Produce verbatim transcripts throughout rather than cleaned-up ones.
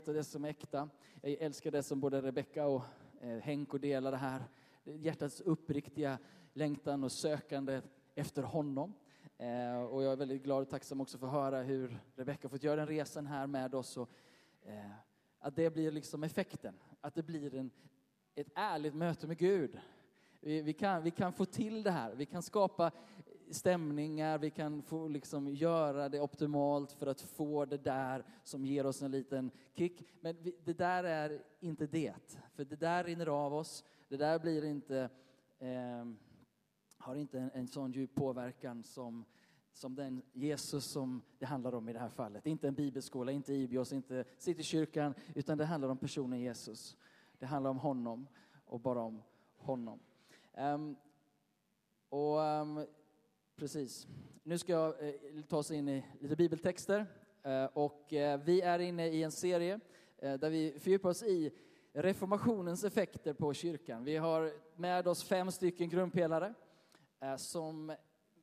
det som är äkta. Jag älskar det som både Rebecka och eh, Henko delar det här. Hjärtats uppriktiga längtan och sökande efter honom. Eh, och jag är väldigt glad och tacksam också för att höra hur Rebecka fått göra den resan här med oss. Och, eh, att det blir liksom effekten. Att det blir en, ett ärligt möte med Gud. Vi, vi, kan, vi kan få till det här. Vi kan skapa stämningar. Vi kan få liksom göra det optimalt för att få det där som ger oss en liten kick. Men vi, det där är inte det. För det där rinner av oss. Det där blir inte, eh, har inte en, en sån djup påverkan som, som den Jesus som det handlar om i det här fallet. Inte en bibelskola, inte Ibios, inte Citykyrkan. Utan det handlar om personen Jesus. Det handlar om honom och bara om honom. Um, och um, precis. Nu ska jag uh, ta oss in i lite bibeltexter. Uh, och uh, vi är inne i en serie uh, där vi fördjupar oss i reformationens effekter på kyrkan. Vi har med oss fem stycken grundpelare uh, som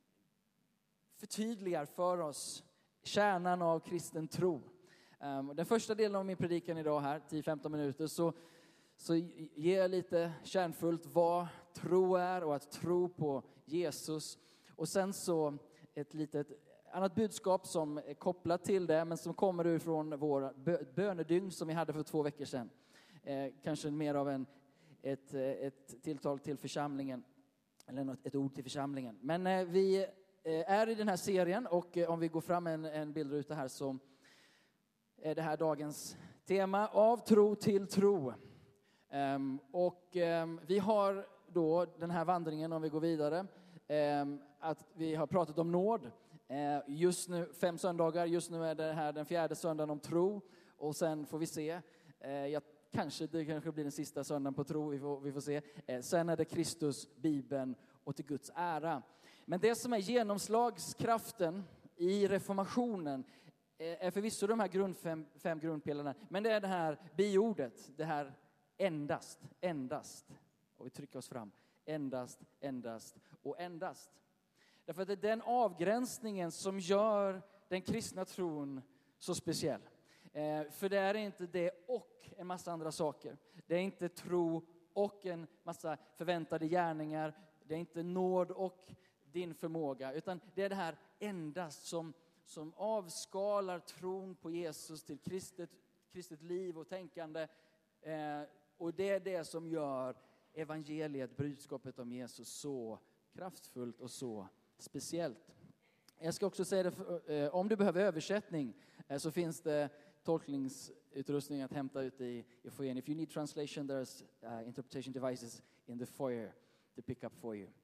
förtydligar för oss kärnan av kristen tro. Um, den första delen av min predikan idag här, tio till femton minuter, så Så ger jag lite kärnfullt vad tro är och att tro på Jesus. Och sen så ett litet annat budskap som är kopplat till det, men som kommer ur från vår bönedygn som vi hade för två veckor sedan. Eh, kanske mer av en, ett, ett tilltal till församlingen, eller något, ett ord till församlingen. Men eh, vi eh, är i den här serien, och eh, om vi går fram en, en bildruta här, så är det här dagens tema: av tro till tro. Um, och um, vi har då den här vandringen, om vi går vidare, um, att vi har pratat om nåd. Uh, just nu, fem söndagar, just nu är det här den fjärde söndagen om tro. Och sen får vi se, uh, jag, kanske det kanske blir den sista söndagen på tro, vi får, vi får se. Uh, sen är det Kristus, Bibeln och till Guds ära. Men det som är genomslagskraften i reformationen är förvisso de här grund, fem, fem grundpelarna. Men det är det här biordet, det här endast, endast. Och vi trycker oss fram. Endast, endast och endast. Därför att det är den avgränsningen som gör den kristna tron så speciell. Eh, för det är inte det och en massa andra saker. Det är inte tro och en massa förväntade gärningar. Det är inte nåd och din förmåga. Utan det är det här endast som, som avskalar tron på Jesus till kristet, kristet liv och tänkande. Eh, och det är det som gör evangeliet, budskapet om Jesus, så kraftfullt och så speciellt. Jag ska också säga det, för, eh, om du behöver översättning eh, så finns det tolkningsutrustning att hämta ut i, i foajén. If you need translation, there's uh, interpretation devices in the foyer to pick up for you.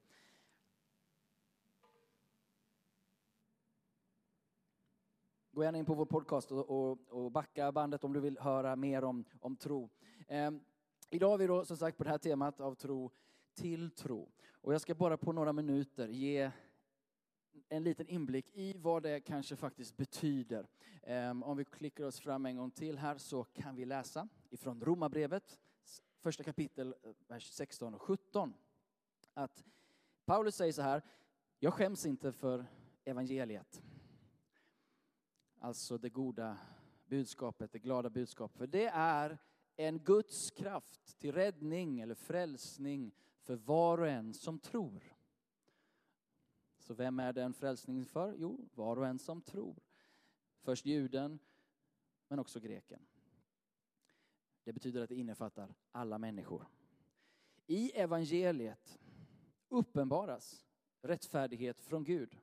Gå gärna in på vår podcast och, och, och backa bandet om du vill höra mer om, om tro. Eh, idag är vi då som sagt på det här temat av tro till tro. Och jag ska bara på några minuter ge en liten inblick i vad det kanske faktiskt betyder. Eh, om vi klickar oss fram en gång till här så kan vi läsa ifrån Romarbrevet, första kapitel, vers sexton och sjutton. Att Paulus säger så här: jag skäms inte för evangeliet. Alltså det goda budskapet, det glada budskapet. För det är en Guds kraft till räddning eller frälsning för var och en som tror. Så vem är det en frälsning för? Jo, var och en som tror. Först juden, men också greken. Det betyder att det innefattar alla människor. I evangeliet uppenbaras rättfärdighet från Gud.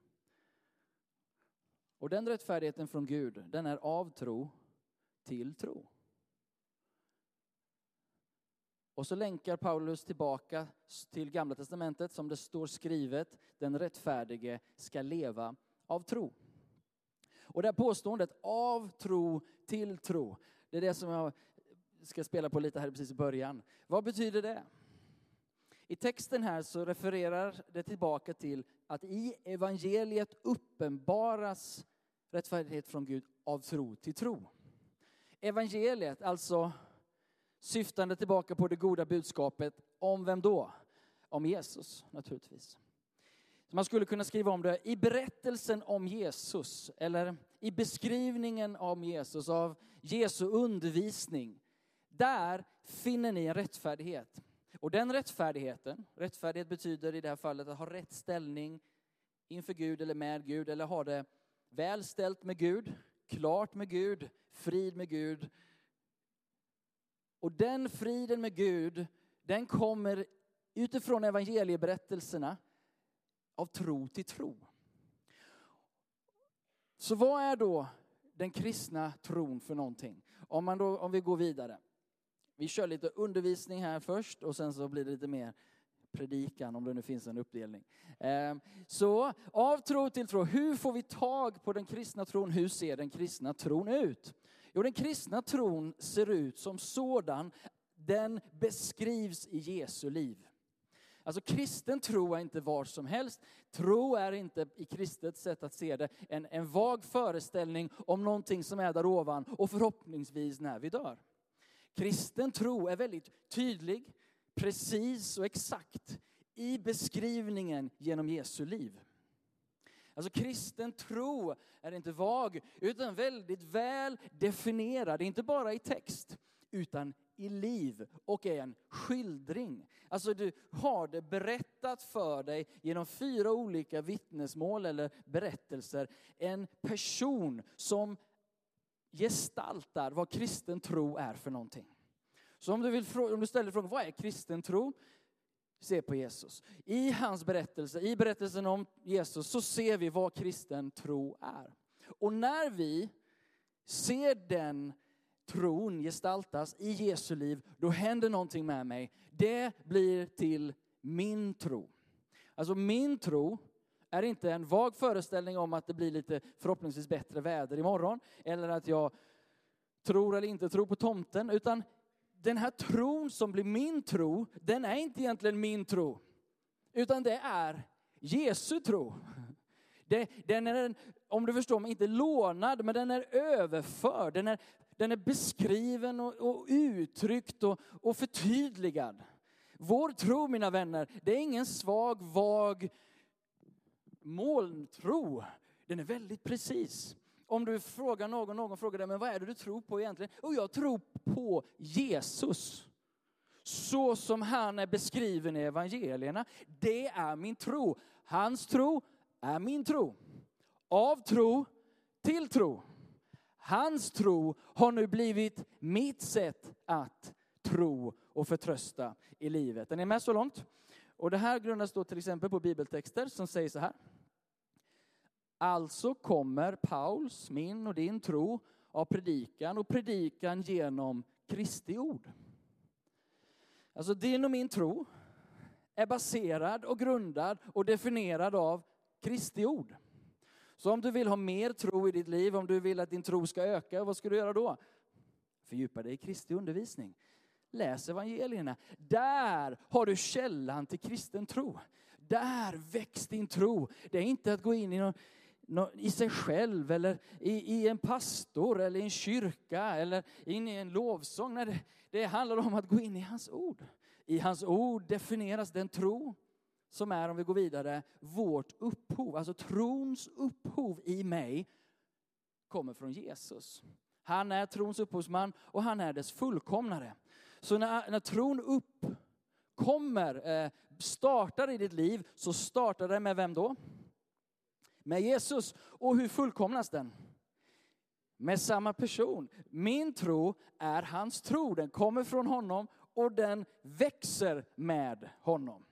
Och den rättfärdigheten från Gud, den är av tro till tro. Och så länkar Paulus tillbaka till Gamla testamentet som det står skrivet: den rättfärdige ska leva av tro. Och det här påståendet av tro till tro, det är det som jag ska spela på lite här precis i början. Vad betyder det? I texten här så refererar det tillbaka till att i evangeliet uppenbaras rättfärdighet från Gud av tro till tro. Evangeliet, alltså syftande tillbaka på det goda budskapet om vem då? Om Jesus naturligtvis. Man skulle kunna skriva om det i berättelsen om Jesus, eller i beskrivningen om Jesus, av Jesu undervisning. Där finner ni en rättfärdighet. Och den rättfärdigheten, rättfärdighet betyder i det här fallet att ha rätt ställning inför Gud eller med Gud, eller ha det väl ställt med Gud, klart med Gud, frid med Gud. Och den friden med Gud, den kommer utifrån evangelieberättelserna av tro till tro. Så vad är då den kristna tron för någonting? Om, man då, om vi går vidare. Vi kör lite undervisning här först och sen så blir det lite mer predikan, om det nu finns en uppdelning. Så av tro till tro, hur får vi tag på den kristna tron? Hur ser den kristna tron ut? Jo, den kristna tron ser ut som sådan. Den beskrivs i Jesu liv. Alltså kristen tro är inte var som helst. Tro är inte i kristet sätt att se det en, en vag föreställning om någonting som är där ovan och förhoppningsvis när vi dör. Kristen tro är väldigt tydlig, precis och exakt i beskrivningen genom Jesu liv. Alltså kristen tro är inte vag utan väldigt väl definierad, inte bara i text utan i liv och är en skildring. Alltså du har det berättat för dig genom fyra olika vittnesmål eller berättelser. En person som gestaltar vad kristen tro är för någonting. Så om du, vill, om du ställer frågan, vad är kristen tro? Se på Jesus. I hans berättelse, i berättelsen om Jesus, så ser vi vad kristen tro är. Och när vi ser den tron gestaltas i Jesu liv, då händer någonting med mig. Det blir till min tro. Alltså min tro är inte en vag föreställning om att det blir lite förhoppningsvis bättre väder imorgon. Eller att jag tror eller inte tror på tomten. Utan den här tron som blir min tro, den är inte egentligen min tro. Utan det är Jesu tro. Det, den är, om du förstår mig, inte lånad, men den är överförd. Den är, den är beskriven och, och uttryckt och, och förtydligad. Vår tro, mina vänner, det är ingen svag, vag molntro. Den är väldigt precis. Om du frågar någon, någon frågar dig, men vad är det du tror på egentligen? Och jag tror på Jesus. Så som han är beskriven i evangelierna. Det är min tro. Hans tro är min tro. Av tro till tro. Hans tro har nu blivit mitt sätt att tro och förtrösta i livet. Är ni med så långt? Och det här grundas då till exempel på bibeltexter som säger så här. Alltså kommer Pauls, min och din tro av predikan och predikan genom Kristi ord. Alltså din och min tro är baserad och grundad och definierad av Kristi ord. Så om du vill ha mer tro i ditt liv, om du vill att din tro ska öka, vad ska du göra då? Fördjupa dig i Kristi undervisning. Läs evangelierna. Där har du källan till kristen tro. Där väcks din tro. Det är inte att gå in i, någon, någon, i sig själv eller i, i en pastor eller i en kyrka eller in i en lovsång. Nej, det, det handlar om att gå in i hans ord. I hans ord definieras den tro som är, om vi går vidare, vårt upphov. Alltså trons upphov i mig kommer från Jesus. Han är trons upphovsman och han är dess fullkomnare. Så när, när tron uppkommer, eh, startar i ditt liv, så startar det med vem då? Med Jesus. Och hur fullkomnas den? Med samma person. Min tro är hans tro. Den kommer från honom och den växer med honom.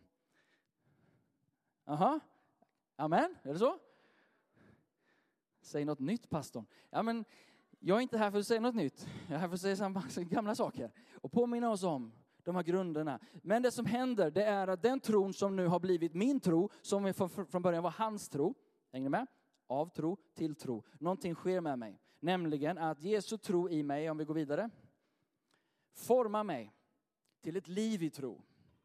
Aha. Amen. Är det så? Säg något nytt, pastorn. Ja, men jag är inte här för att säga något nytt. Jag är här för att säga samma gamla saker. Och påminna oss om de här grunderna. Men det som händer, det är att den tron som nu har blivit min tro, som från början var hans tro. Hänger ni med? Av tro till tro. Någonting sker med mig. Nämligen att Jesu tro i mig, om vi går vidare, formar mig till ett liv i tro.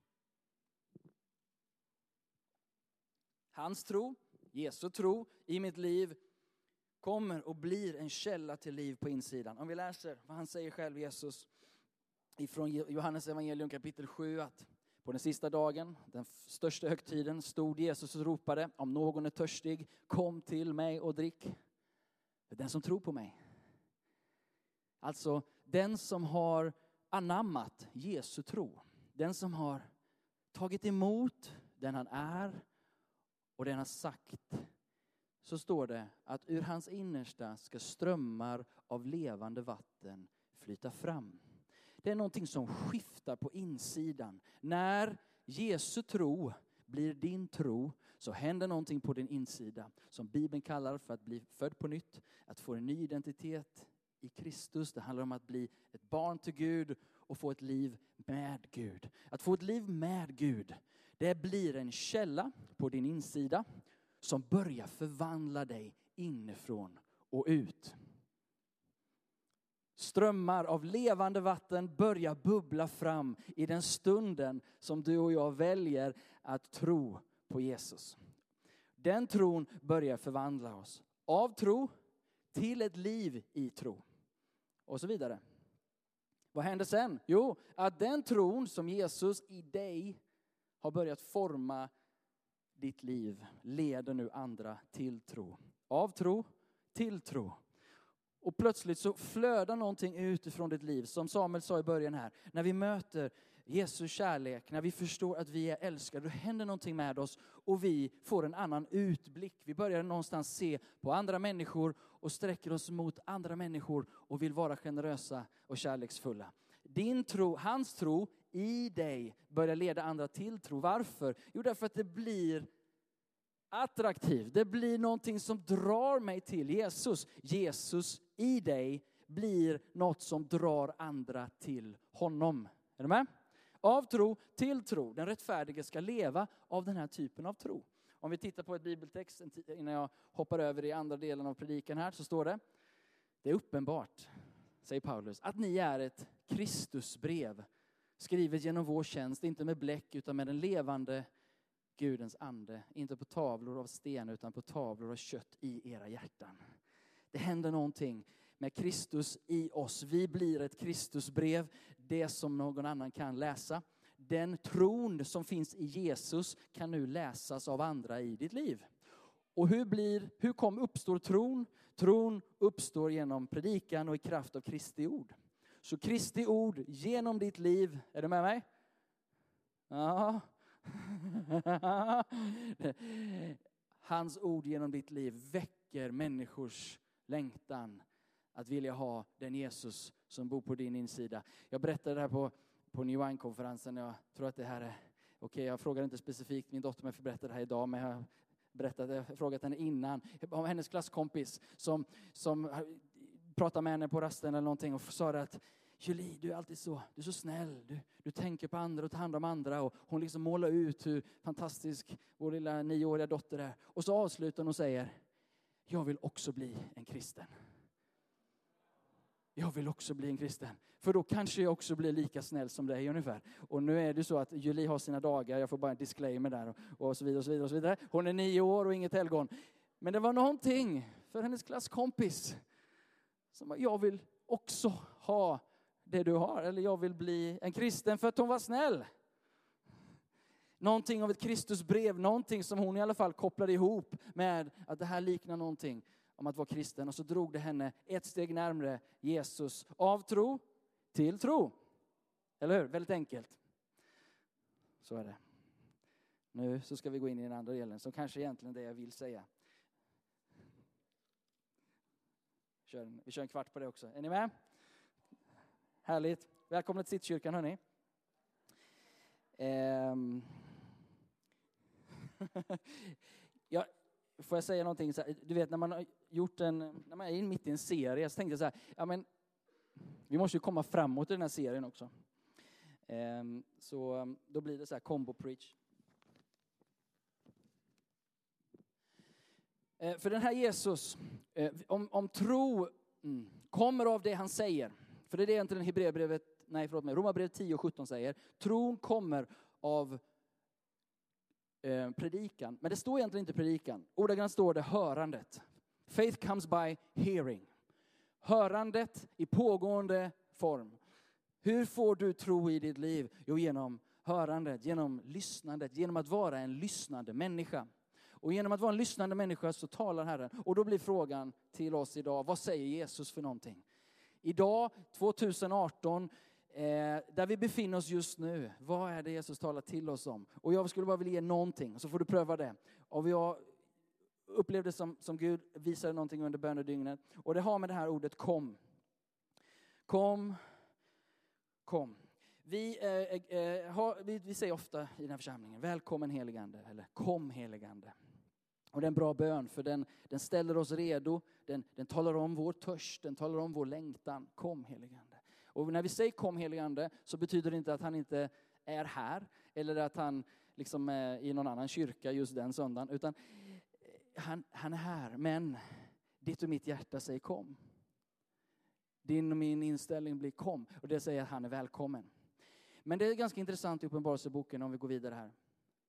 Hans tro, Jesu tro i mitt liv kommer och blir en källa till liv på insidan. Om vi läser vad han säger själv, Jesus, ifrån Johannes evangelium kapitel sju, att På den sista dagen, den största högtiden, stod Jesus och ropade: om någon är törstig, kom till mig och drick. Den som tror på mig. Alltså den som har anammat Jesu tro. Den som har tagit emot den han är och den han sagt. Så står det att ur hans innersta ska strömmar av levande vatten flyta fram. Det är någonting som skiftar på insidan. När Jesu tro blir din tro så händer någonting på din insida. Som Bibeln kallar för att bli född på nytt. Att få en ny identitet i Kristus. Det handlar om att bli ett barn till Gud och få ett liv med Gud. Att få ett liv med Gud, det blir en källa på din insida som börjar förvandla dig inifrån och ut. Strömmar av levande vatten börjar bubbla fram i den stunden som du och jag väljer att tro på Jesus. Den tron börjar förvandla oss av tro till ett liv i tro. Och så vidare. Vad händer sen? Jo, att den tron som Jesus i dig har börjat forma ditt liv leder nu andra till tro. Av tro till tro. Och plötsligt så flödar någonting utifrån ditt liv. Som Samuel sa i början här. När vi möter Jesu kärlek. När vi förstår att vi är älskade. Då händer någonting med oss. Och vi får en annan utblick. Vi börjar någonstans se på andra människor. Och sträcker oss mot andra människor. Och vill vara generösa och kärleksfulla. Din tro, hans tro i dig börjar leda andra till tro. Varför? Jo, därför att det blir attraktivt. Det blir någonting som drar mig till Jesus. Jesus i dig blir något som drar andra till honom. Är du med? Av tro till tro. Den rättfärdige ska leva av den här typen av tro. Om vi tittar på ett bibeltext innan jag hoppar över i andra delen av predikan här, så står det: det är uppenbart, säger Paulus, att ni är ett Kristusbrev skrivet genom vår tjänst, inte med bläck utan med den levande Gudens ande, inte på tavlor av sten utan på tavlor av kött i era hjärtan. Det händer någonting med Kristus i oss. Vi blir ett Kristusbrev, det som någon annan kan läsa. Den tron som finns i Jesus kan nu läsas av andra i ditt liv. Och hur blir, hur kom uppstår tron? Tron uppstår genom predikan och i kraft av Kristi ord. Så Kristi ord genom ditt liv, är du med mig? Ja. Hans ord genom ditt liv väcker människors längtan att vilja ha den Jesus som bor på din insida. Jag berättade det här på, på New Wine-konferensen. Jag tror att det här är okej. Okay, jag frågar inte specifikt min dotter om jag får berätta det här idag, men jag har berättat, jag har frågat henne innan om hennes klasskompis som, som pratade med henne på rasten eller någonting och sa det att Julie, du är alltid så, du är så snäll. Du, du tänker på andra och tar hand om andra. Och hon liksom målar ut hur fantastisk vår lilla nioåriga dotter är. Och så avslutar hon och säger: jag vill också bli en kristen. Jag vill också bli en kristen. För då kanske jag också blir lika snäll som dig ungefär. Och nu är det så att Julie har sina dagar. Jag får bara en disclaimer där. Och, och så vidare och så vidare och så vidare. Hon är nio år och inget helgon. Men det var någonting för hennes klasskompis. Som jag vill också ha det du har. Eller jag vill bli en kristen för att hon var snäll. Någonting av ett Kristusbrev. Någonting som hon i alla fall kopplade ihop med att det här liknar någonting om att vara kristen. Och så drog det henne ett steg närmare Jesus. Av tro till tro. Eller hur? Väldigt enkelt. Så är det. Nu så ska vi gå in i den andra delen som kanske egentligen är det jag vill säga. Kör, vi kör en kvart på det också. Är ni med? Härligt. Välkomna till Sittkyrkan, hörni. Ehm. ja, får jag säga någonting så här, du vet när man har gjort en, när man är mitt i en serie så tänkte jag så här, ja men vi måste ju komma framåt i den här serien också. Ehm, så då blir det så här combo preach. Ehm, för den här Jesus, eh, om, om tro mm, kommer av det han säger. För det är det egentligen Hebreerbrevet, nej förlåt mig, Romarbrevet tio och sjutton säger. Tron kommer av eh, predikan. Men det står egentligen inte predikan. Ordagrant står det hörandet. Faith comes by hearing. Hörandet i pågående form. Hur får du tro i ditt liv? Jo, genom hörandet, genom lyssnandet, genom att vara en lyssnande människa. Och genom att vara en lyssnande människa så talar Herren. Och då blir frågan till oss idag, vad säger Jesus för någonting? Idag, tjugoarton, eh, där vi befinner oss just nu, vad är det Jesus talar till oss om? Och jag skulle bara vilja ge någonting, så får du pröva det. Och jag upplevde som, som Gud visade någonting under bönedygnet. Och det har med det här ordet kom. Kom, kom. Vi, eh, eh, har, vi, vi säger ofta i den här församlingen, välkommen heligande, eller kom heligande. Och det är en bra bön, för den, den ställer oss redo, den, den talar om vår törst, den talar om vår längtan. Kom heligande. Och när vi säger kom heligande så betyder det inte att han inte är här, eller att han liksom är i någon annan kyrka just den söndagen, utan han, han är här, men ditt och mitt hjärta säger kom. Din och min inställning blir kom, och det säger att han är välkommen. Men det är ganska intressant i Uppenbarelseboken om vi går vidare här.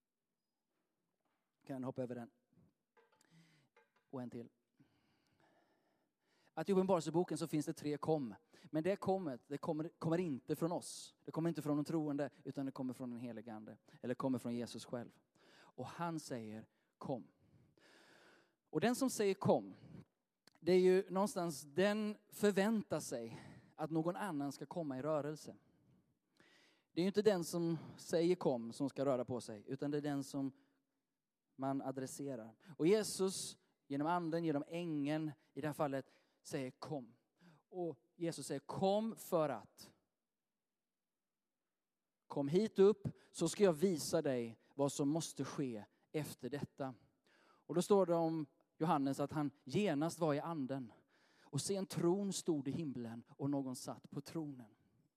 Kan hoppa över den. Och en till. Att i Uppenbarelseboken så finns det tre kom. Men det kommet, det kommer, kommer inte från oss. Det kommer inte från de troende, utan det kommer från den helige ande. Eller kommer från Jesus själv. Och han säger kom. Och den som säger kom, det är ju någonstans, den förväntar sig att någon annan ska komma i rörelse. Det är ju inte den som säger kom som ska röra på sig, utan det är den som man adresserar. Och Jesus, genom anden, genom ängeln i det här fallet, säger kom. Och Jesus säger kom för att. Kom hit upp, så ska jag visa dig vad som måste ske efter detta. Och då står det om Johannes att han genast var i anden. Och se en tron stod i himlen och någon satt på tronen.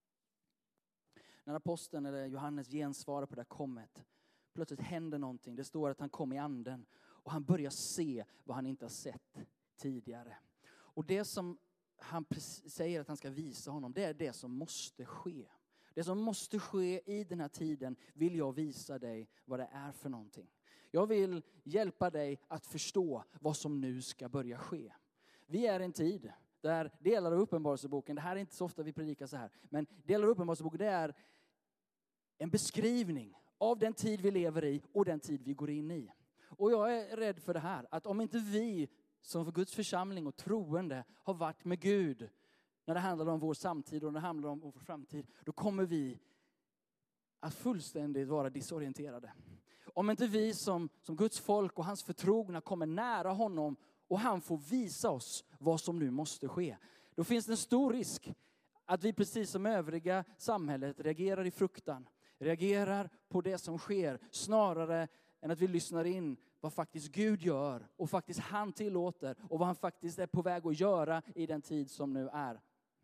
När aposteln eller Johannes gensvarar på det här kommet, plötsligt händer någonting. Det står att han kom i anden och han börjar se vad han inte har sett tidigare. Och det som han säger att han ska visa honom, det är det som måste ske. Det som måste ske i den här tiden vill jag visa dig vad det är för någonting. Jag vill hjälpa dig att förstå vad som nu ska börja ske. Vi är i en tid där delar av Uppenbarelseboken, det här är inte så ofta vi predikar så här, men delar av Uppenbarelseboken, det är en beskrivning av den tid vi lever i och den tid vi går in i. Och jag är rädd för det här, att om inte vi som för Guds församling och troende har varit med Gud när det handlar om vår samtid och när det handlar om vår framtid, då kommer vi att fullständigt vara disorienterade. Om inte vi som, som Guds folk och hans förtrogna kommer nära honom och han får visa oss vad som nu måste ske, då finns det en stor risk att vi precis som övriga samhället reagerar i fruktan. Reagerar på det som sker snarare än att vi lyssnar in vad faktiskt Gud gör och faktiskt han tillåter och vad han faktiskt är på väg att göra i den tid som nu är.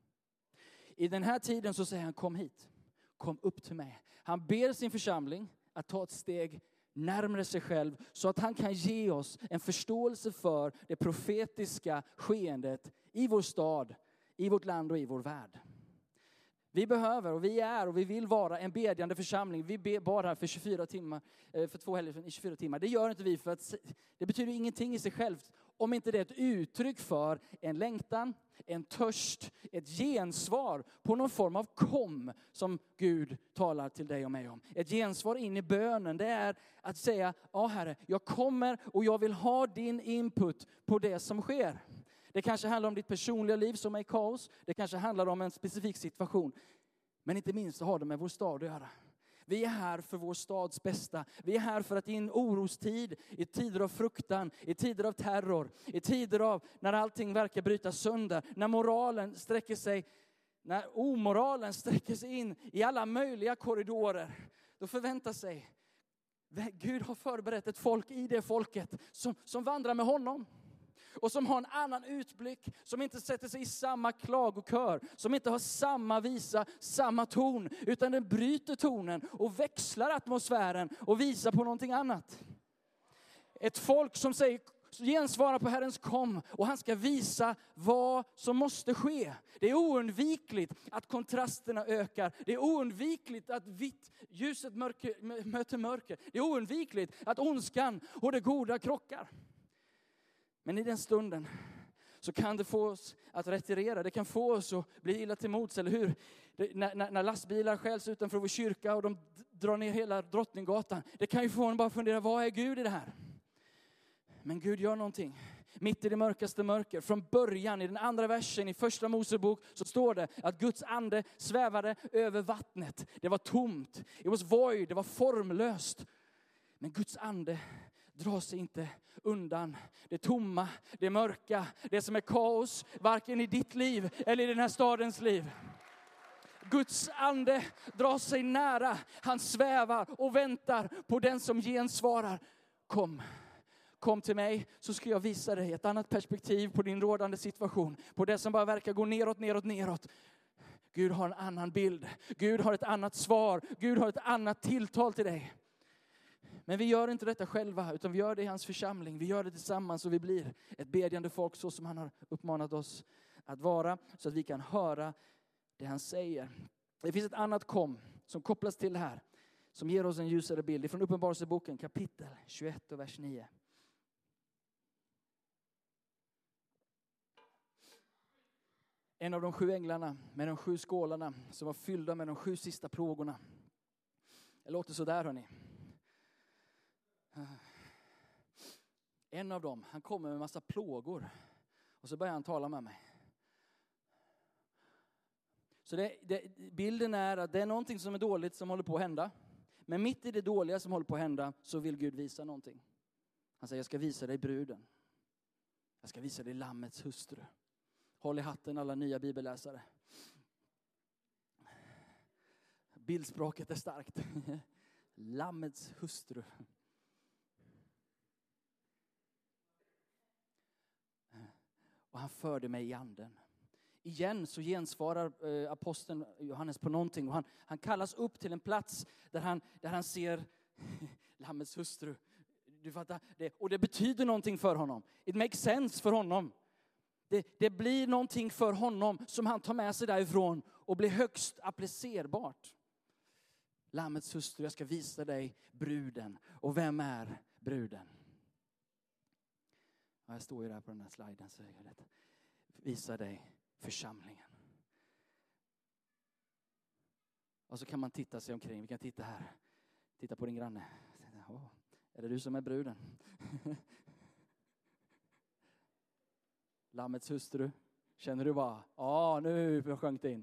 I den här tiden så säger han kom hit, kom upp till mig. Han ber sin församling att ta ett steg närmare sig själv så att han kan ge oss en förståelse för det profetiska skeendet i vår stad, i vårt land och i vår värld. Vi behöver och vi är och vi vill vara en bedjande församling. Vi ber bara för tjugofyra timmar, för två helger i tjugofyra timmar. Det gör inte vi för att det betyder ingenting i sig självt om inte det är ett uttryck för en längtan, en törst, ett gensvar på någon form av kom som Gud talar till dig och mig om. Ett gensvar in i bönen, det är att säga, ja Herre, jag kommer och jag vill ha din input på det som sker. Det kanske handlar om ditt personliga liv som är i kaos. Det kanske handlar om en specifik situation. Men inte minst så har det med vår stad att göra. Vi är här för vår stads bästa. Vi är här för att i en orostid, i tider av fruktan, i tider av terror, i tider av när allting verkar bryta sönder, när moralen sträcker sig, när omoralen sträcker sig in i alla möjliga korridorer, då förväntar sig Gud har förberett ett folk i det folket som, som vandrar med honom. Och som har en annan utblick, som inte sätter sig i samma klagokör, som inte har samma visa, samma ton, utan den bryter tonen och växlar atmosfären och visar på någonting annat. Ett folk som säger, gensvarar på Herrens kom och han ska visa vad som måste ske. Det är oundvikligt att kontrasterna ökar. Det är oundvikligt att vitt, ljuset mörker, möter mörker. Det är oundvikligt att ondskan och det goda krockar. Men i den stunden så kan det få oss att retirera. Det kan få oss att bli illa till mots, eller hur? Det, när, när, när lastbilar stjäls utanför vår kyrka och de drar ner hela Drottninggatan. Det kan ju få en bara fundera, vad är Gud i det här? Men Gud gör någonting. Mitt i det mörkaste mörker. Från början i den andra versen i första Mosebok så står det att Guds ande svävade över vattnet. Det var tomt. It was void. Det var formlöst. Men Guds ande drar sig inte undan det tomma, det mörka, det som är kaos, varken i ditt liv eller i den här stadens liv. Guds ande drar sig nära. Han svävar och väntar på den som gensvarar. Kom. Kom till mig så ska jag visa dig ett annat perspektiv på din rådande situation. På det som bara verkar gå neråt, neråt, neråt. Gud har en annan bild. Gud har ett annat svar. Gud har ett annat tilltal till dig. Men vi gör inte detta själva, utan vi gör det i hans församling. Vi gör det tillsammans och vi blir ett bedjande folk så som han har uppmanat oss att vara. Så att vi kan höra det han säger. Det finns ett annat kom som kopplas till det här. Som ger oss en ljusare bild. Det är från Uppenbarelseboken kapitel tjugoett och vers nio. En av de sju änglarna med de sju skålarna som var fyllda med de sju sista plågorna. Det låter så där, hörni. En av dem, han kommer med en massa plågor. Och så börjar han tala med mig. Så det, det, bilden är att det är någonting som är dåligt som håller på att hända. Men mitt i det dåliga som håller på att hända så vill Gud visa någonting. Han säger, jag ska visa dig bruden. Jag ska visa dig lammets hustru. Håll i hatten alla nya bibelläsare. Bildspråket är starkt. Lammets hustru. Och han förde mig i anden. Igen så gensvarar eh, aposteln Johannes på någonting. Och han, han kallas upp till en plats där han, där han ser lammets hustru. Du fattar? Det, och det betyder någonting för honom. It makes sense för honom. Det, det blir någonting för honom som han tar med sig därifrån och blir högst applicerbart. Lammets hustru, jag ska visa dig bruden. Och vem är bruden? Ja, jag står ju där på den här sliden. Så jag det. Visa dig församlingen. Och så kan man titta sig omkring. Vi kan titta här. Titta på din granne. Oh, är det du som är bruden? Lammets hustru. Känner du bara, ja nu sjönk det in.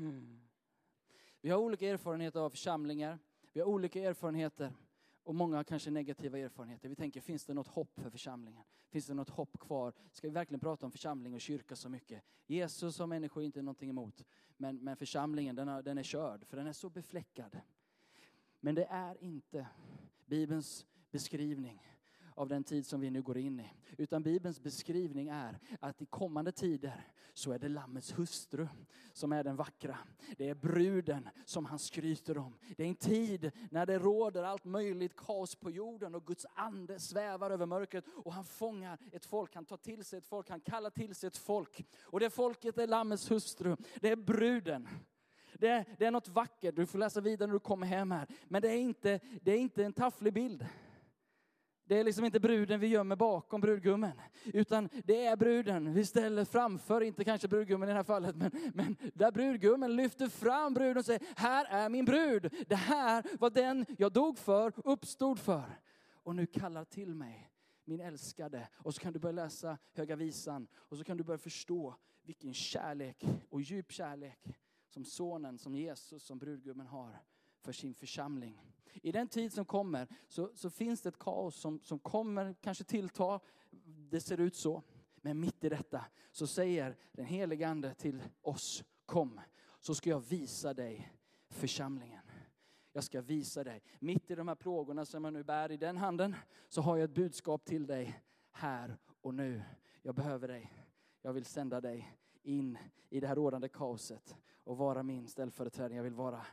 Vi har olika erfarenheter av församlingar. Vi har olika erfarenheter. Och många har kanske negativa erfarenheter. Vi tänker, finns det något hopp för församlingen? Finns det något hopp kvar? Ska vi verkligen prata om församling och kyrka så mycket? Jesus som människor är inte någonting emot. Men, men församlingen, den, har, den är körd. För den är så befläckad. Men det är inte Bibelns beskrivning av den tid som vi nu går in i. Utan Bibelns beskrivning är att i kommande tider så är det lammets hustru som är den vackra. Det är bruden som han skryter om. Det är en tid när det råder allt möjligt kaos på jorden och Guds ande svävar över mörkret och han fångar ett folk, han tar till sig ett folk, han kallar till sig ett folk. Och det folket är lammets hustru, det är bruden. Det är, det är något vackert, du får läsa vidare när du kommer hem här. Men det är inte, det är inte en tafflig bild. Det är liksom inte bruden vi gömmer bakom brudgummen. Utan det är bruden vi ställer framför. Inte kanske brudgummen i det här fallet. Men, men där brudgummen lyfter fram bruden och säger. Här är min brud. Det här var den jag dog för. Uppstod för. Och nu kallar till mig min älskade. Och så kan du börja läsa Höga visan. Och så kan du börja förstå vilken kärlek och djup kärlek. Som sonen, som Jesus, som brudgummen har. För sin församling. I den tid som kommer så, så finns det ett kaos som, som kommer kanske tillta. Det ser ut så. Men mitt i detta så säger den helige ande till oss. Kom, så ska jag visa dig församlingen. Jag ska visa dig. Mitt i de här plågorna som jag nu bär i den handen. Så har jag ett budskap till dig här och nu. Jag behöver dig. Jag vill sända dig in i det här rådande kaoset. Och vara min ställföreträdare. Jag vill vara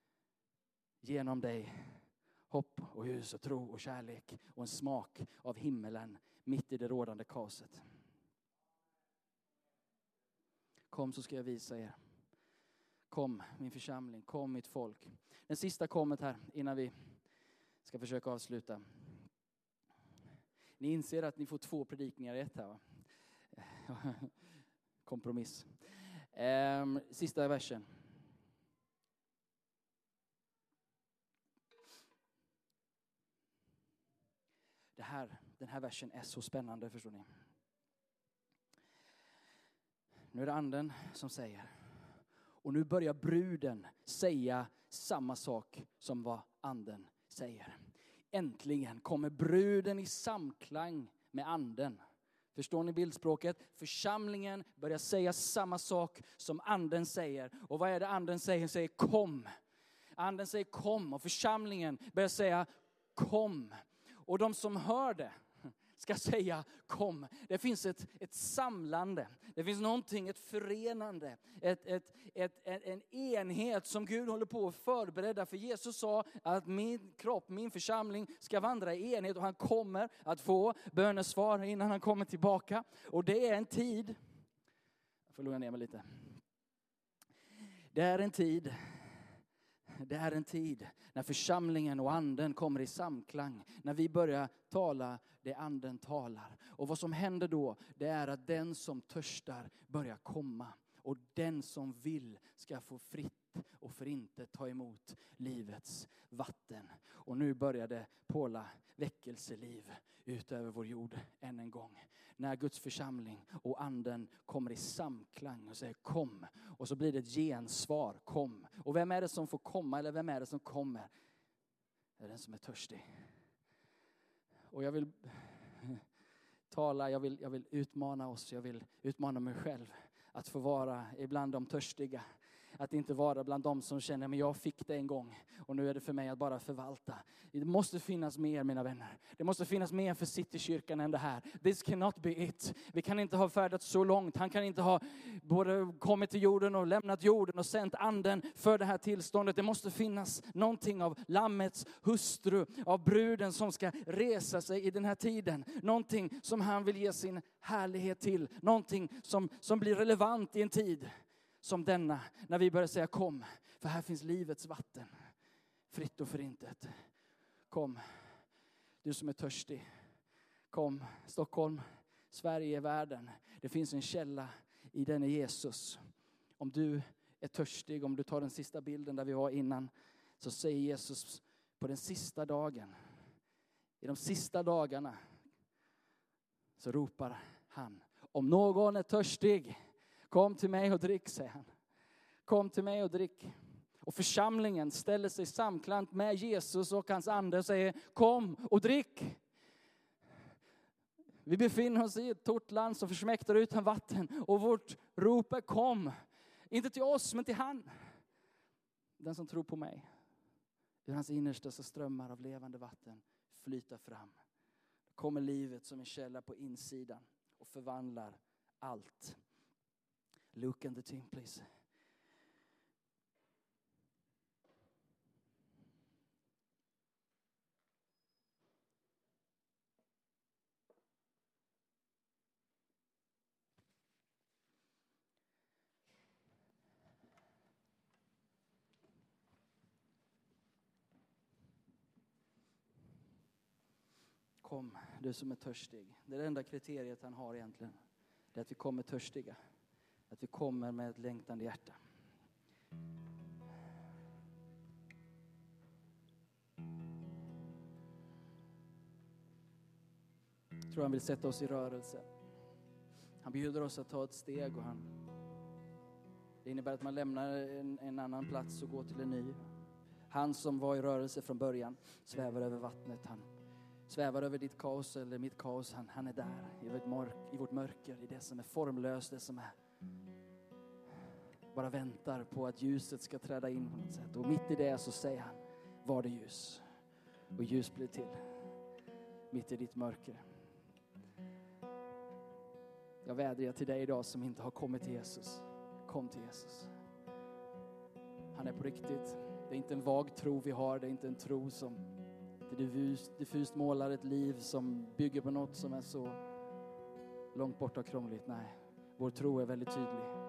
genom dig hopp och ljus och tro och kärlek och en smak av himmelen mitt i det rådande kaoset. Kom så ska jag visa er. Kom min församling, kom mitt folk. Den sista kommet här innan vi ska försöka avsluta. Ni inser att ni får två predikningar i ett här, va? Kompromiss. Ehm, sista versen. här, den här versen är så spännande, förstår ni. Nu är det anden som säger. Och nu börjar bruden säga samma sak som vad anden säger. Äntligen kommer bruden i samklang med anden. Förstår ni bildspråket? Församlingen börjar säga samma sak som anden säger. Och vad är det anden säger? Den säger kom. Anden säger kom och församlingen börjar säga kom. Och de som hör det ska säga kom. Det finns ett, ett samlande. Det finns någonting, ett förenande. Ett, ett, ett, en enhet som Gud håller på att förbereda. För Jesus sa att min kropp, min församling ska vandra i enhet. Och han kommer att få bönesvar innan han kommer tillbaka. Och det är en tid. Jag får lugna ner mig lite. Det är en tid. Det är en tid när församlingen och anden kommer i samklang. När vi börjar tala det anden talar. Och vad som händer då, det är att den som törstar börjar komma. Och den som vill ska få fritt och för inte ta emot livets vatten. Och nu börjar det påla väckelseliv ut över vår jord än en gång. När Guds församling och anden kommer i samklang och säger kom. Och så blir det ett gensvar, kom. Och vem är det som får komma eller vem är det som kommer? Det är den som är törstig. Och jag vill tala, jag vill, jag vill utmana oss, jag vill utmana mig själv. Att få vara ibland de törstiga. Att inte vara bland de som känner, men jag fick det en gång. Och nu är det för mig att bara förvalta. Det måste finnas mer, mina vänner. Det måste finnas mer för Citykyrkan än det här. This cannot be it. Vi kan inte ha färdat så långt. Han kan inte ha både kommit till jorden och lämnat jorden och sänt anden för det här tillståndet. Det måste finnas någonting av lammets hustru, av bruden som ska resa sig i den här tiden. Någonting som han vill ge sin härlighet till. Någonting som, som blir relevant i en tid som denna, när vi börjar säga kom, för här finns livets vatten, fritt och förintet. Kom, du som är törstig. Kom, Stockholm, Sverige, världen. Det finns en källa i den är Jesus. Om du är törstig, om du tar den sista bilden där vi var innan, så säger Jesus på den sista dagen, i de sista dagarna, så ropar han, om någon är törstig, kom till mig och drick, säger han. Kom till mig och drick. Och församlingen ställer sig samklant med Jesus och hans ande och säger, kom och drick. Vi befinner oss i ett torrt land som försmäktar utan vatten. Och vårt rop är kom. Inte till oss, men till han. Den som tror på mig. Ur hans innersta så strömmar av levande vatten flyter fram. Då kommer livet som en källa på insidan och förvandlar allt. Luke and the team, please. Kom, du som är törstig. Det är det enda kriteriet han har egentligen. Det är att vi kommer törstiga. Att vi kommer med ett längtande hjärta. Jag tror han vill sätta oss i rörelse. Han bjuder oss att ta ett steg. Och han, det innebär att man lämnar en, en annan plats och går till en ny. Han som var i rörelse från början svävar över vattnet. Han svävar över ditt kaos eller mitt kaos. Han, han är där i vårt, mörk, i vårt mörker. I det som är formlöst, det som är bara väntar på att ljuset ska träda in på något sätt. Och mitt i det så säger han, var det ljus. Och ljus blir till. Mitt i ditt mörker. Jag vädjar till dig idag som inte har kommit till Jesus. Kom till Jesus. Han är på riktigt. Det är inte en vag tro vi har. Det är inte en tro som diffust, diffust målar ett liv som bygger på något som är så långt borta och krångligt. Nej, vår tro är väldigt tydlig.